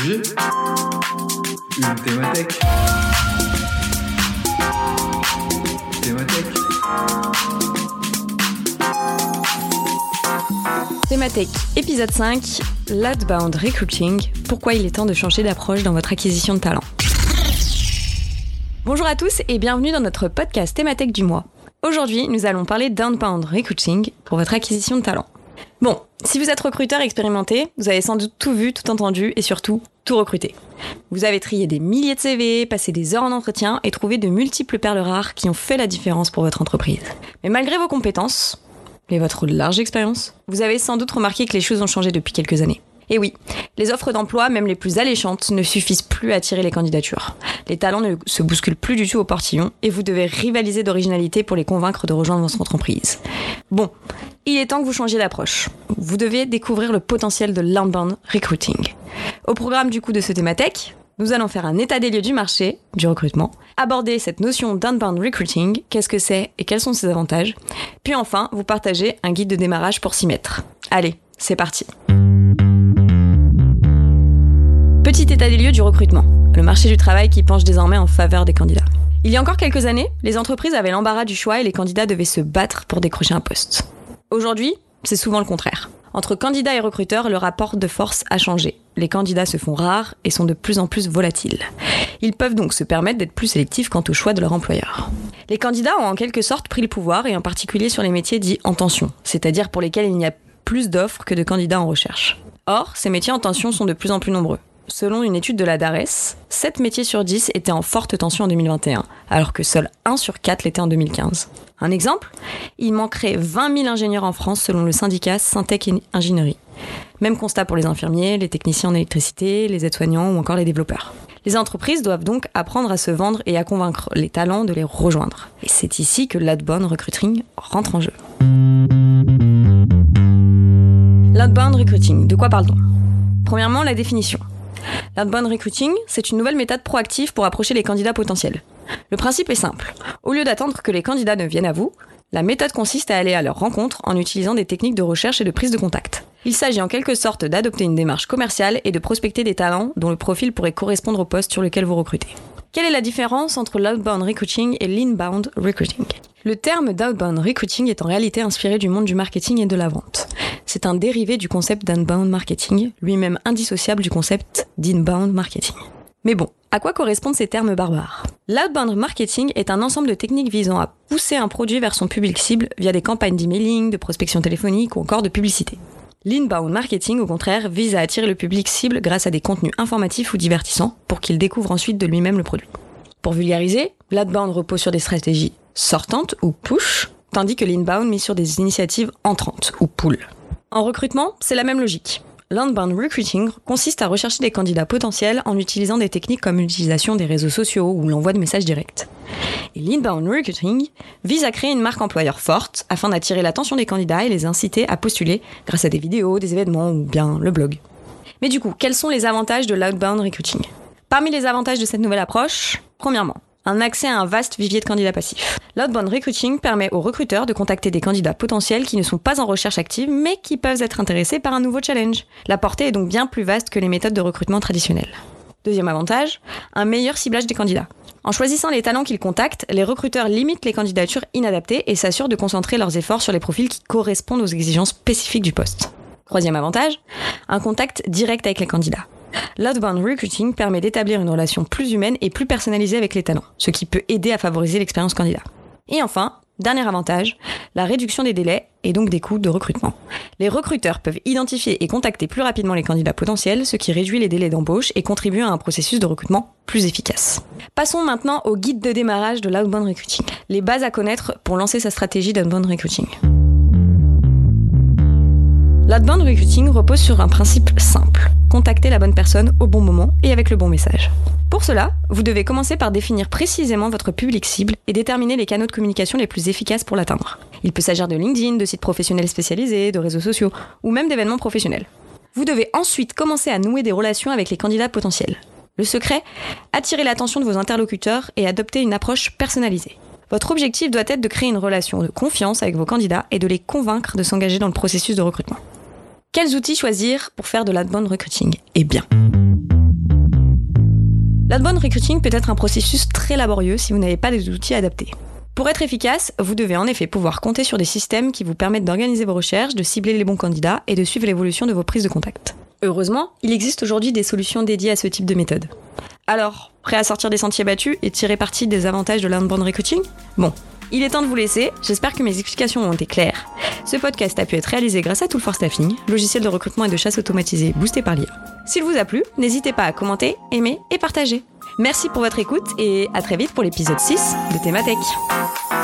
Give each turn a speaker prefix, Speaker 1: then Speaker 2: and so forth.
Speaker 1: sujet, une thématique.
Speaker 2: Thématique, épisode 5, l'outbound recruiting, pourquoi il est temps de changer d'approche dans votre acquisition de talent. Bonjour à tous et bienvenue dans notre podcast thématique du mois. Aujourd'hui, nous allons parler d'outbound recruiting pour votre acquisition de talent. Bon, si vous êtes recruteur expérimenté, vous avez sans doute tout vu, tout entendu et surtout tout recruté. Vous avez trié des milliers de CV, passé des heures en entretien et trouvé de multiples perles rares qui ont fait la différence pour votre entreprise. Mais malgré vos compétences et votre large expérience, vous avez sans doute remarqué que les choses ont changé depuis quelques années. Et oui, les offres d'emploi, même les plus alléchantes, ne suffisent plus à attirer les candidatures. Les talents ne se bousculent plus du tout au portillon et vous devez rivaliser d'originalité pour les convaincre de rejoindre votre entreprise. Bon, il est temps que vous changiez d'approche. Vous devez découvrir le potentiel de l'outbound recruiting. Au programme du coup de ce thématique, nous allons faire un état des lieux du marché, du recrutement, aborder cette notion d'outbound recruiting, qu'est-ce que c'est et quels sont ses avantages, puis enfin vous partager un guide de démarrage pour s'y mettre. Allez, c'est parti. Petit état des lieux du recrutement, le marché du travail qui penche désormais en faveur des candidats. Il y a encore quelques années, les entreprises avaient l'embarras du choix et les candidats devaient se battre pour décrocher un poste. Aujourd'hui, c'est souvent le contraire. Entre candidats et recruteurs, le rapport de force a changé. Les candidats se font rares et sont de plus en plus volatiles. Ils peuvent donc se permettre d'être plus sélectifs quant au choix de leur employeur. Les candidats ont en quelque sorte pris le pouvoir et en particulier sur les métiers dits en tension, c'est-à-dire pour lesquels il n'y a plus d'offres que de candidats en recherche. Or, ces métiers en tension sont de plus en plus nombreux. Selon une étude de la DARES, 7 métiers sur 10 étaient en forte tension en 2021, alors que seul 1 sur 4 l'était en 2015. Un exemple, il manquerait 20 000 ingénieurs en France selon le syndicat Syntec Ingénierie. Même constat pour les infirmiers, les techniciens en électricité, les aides-soignants ou encore les développeurs. Les entreprises doivent donc apprendre à se vendre et à convaincre les talents de les rejoindre. Et c'est ici que l'outbound recruiting rentre en jeu. L'outbound recruiting, de quoi parle-t-on ? Premièrement, la définition. L'outbound recruiting, c'est une nouvelle méthode proactive pour approcher les candidats potentiels. Le principe est simple. Au lieu d'attendre que les candidats ne viennent à vous, la méthode consiste à aller à leur rencontre en utilisant des techniques de recherche et de prise de contact. Il s'agit en quelque sorte d'adopter une démarche commerciale et de prospecter des talents dont le profil pourrait correspondre au poste sur lequel vous recrutez. Quelle est la différence entre l'outbound recruiting et l'inbound recruiting ? Le terme d'outbound recruiting est en réalité inspiré du monde du marketing et de la vente. C'est un dérivé du concept d'inbound marketing, lui-même indissociable du concept d'inbound marketing. Mais bon, à quoi correspondent ces termes barbares ? L'outbound marketing est un ensemble de techniques visant à pousser un produit vers son public cible via des campagnes d'emailing, de prospection téléphonique ou encore de publicité. L'inbound marketing, au contraire, vise à attirer le public cible grâce à des contenus informatifs ou divertissants pour qu'il découvre ensuite de lui-même le produit. Pour vulgariser, l'outbound repose sur des stratégies sortantes ou push, tandis que l'inbound mise sur des initiatives entrantes ou pull. En recrutement, c'est la même logique. L'outbound recruiting consiste à rechercher des candidats potentiels en utilisant des techniques comme l'utilisation des réseaux sociaux ou l'envoi de messages directs. Et l'inbound recruiting vise à créer une marque employeur forte afin d'attirer l'attention des candidats et les inciter à postuler grâce à des vidéos, des événements ou bien le blog. Mais du coup, quels sont les avantages de l'outbound recruiting ? Parmi les avantages de cette nouvelle approche, premièrement, un accès à un vaste vivier de candidats passifs. L'outbound recruiting permet aux recruteurs de contacter des candidats potentiels qui ne sont pas en recherche active, mais qui peuvent être intéressés par un nouveau challenge. La portée est donc bien plus vaste que les méthodes de recrutement traditionnelles. Deuxième avantage, un meilleur ciblage des candidats. En choisissant les talents qu'ils contactent, les recruteurs limitent les candidatures inadaptées et s'assurent de concentrer leurs efforts sur les profils qui correspondent aux exigences spécifiques du poste. Troisième avantage, un contact direct avec les candidats. L'outbound recruiting permet d'établir une relation plus humaine et plus personnalisée avec les talents, ce qui peut aider à favoriser l'expérience candidat. Et enfin, dernier avantage, la réduction des délais et donc des coûts de recrutement. Les recruteurs peuvent identifier et contacter plus rapidement les candidats potentiels, ce qui réduit les délais d'embauche et contribue à un processus de recrutement plus efficace. Passons maintenant au guide de démarrage de l'outbound recruiting. Les bases à connaître pour lancer sa stratégie d'outbound recruiting. L'outbound recruiting repose sur un principe simple. Contacter la bonne personne au bon moment et avec le bon message. Pour cela, vous devez commencer par définir précisément votre public cible et déterminer les canaux de communication les plus efficaces pour l'atteindre. Il peut s'agir de LinkedIn, de sites professionnels spécialisés, de réseaux sociaux ou même d'événements professionnels. Vous devez ensuite commencer à nouer des relations avec les candidats potentiels. Le secret, attirer l'attention de vos interlocuteurs et adopter une approche personnalisée. Votre objectif doit être de créer une relation de confiance avec vos candidats et de les convaincre de s'engager dans le processus de recrutement. Quels outils choisir pour faire de l'outbound recruiting ? Eh bien, L'outbound recruiting peut être un processus très laborieux si vous n'avez pas des outils adaptés. Pour être efficace, vous devez en effet pouvoir compter sur des systèmes qui vous permettent d'organiser vos recherches, de cibler les bons candidats et de suivre l'évolution de vos prises de contact. Heureusement, il existe aujourd'hui des solutions dédiées à ce type de méthode. Alors, prêt à sortir des sentiers battus et tirer parti des avantages de l'outbound recruiting ? Bon, il est temps de vous laisser, j'espère que mes explications ont été claires. Ce podcast a pu être réalisé grâce à Tool4Staffing, logiciel de recrutement et de chasse automatisé boosté par l'IA. S'il vous a plu, n'hésitez pas à commenter, aimer et partager. Merci pour votre écoute et à très vite pour l'épisode 6 de Thématech.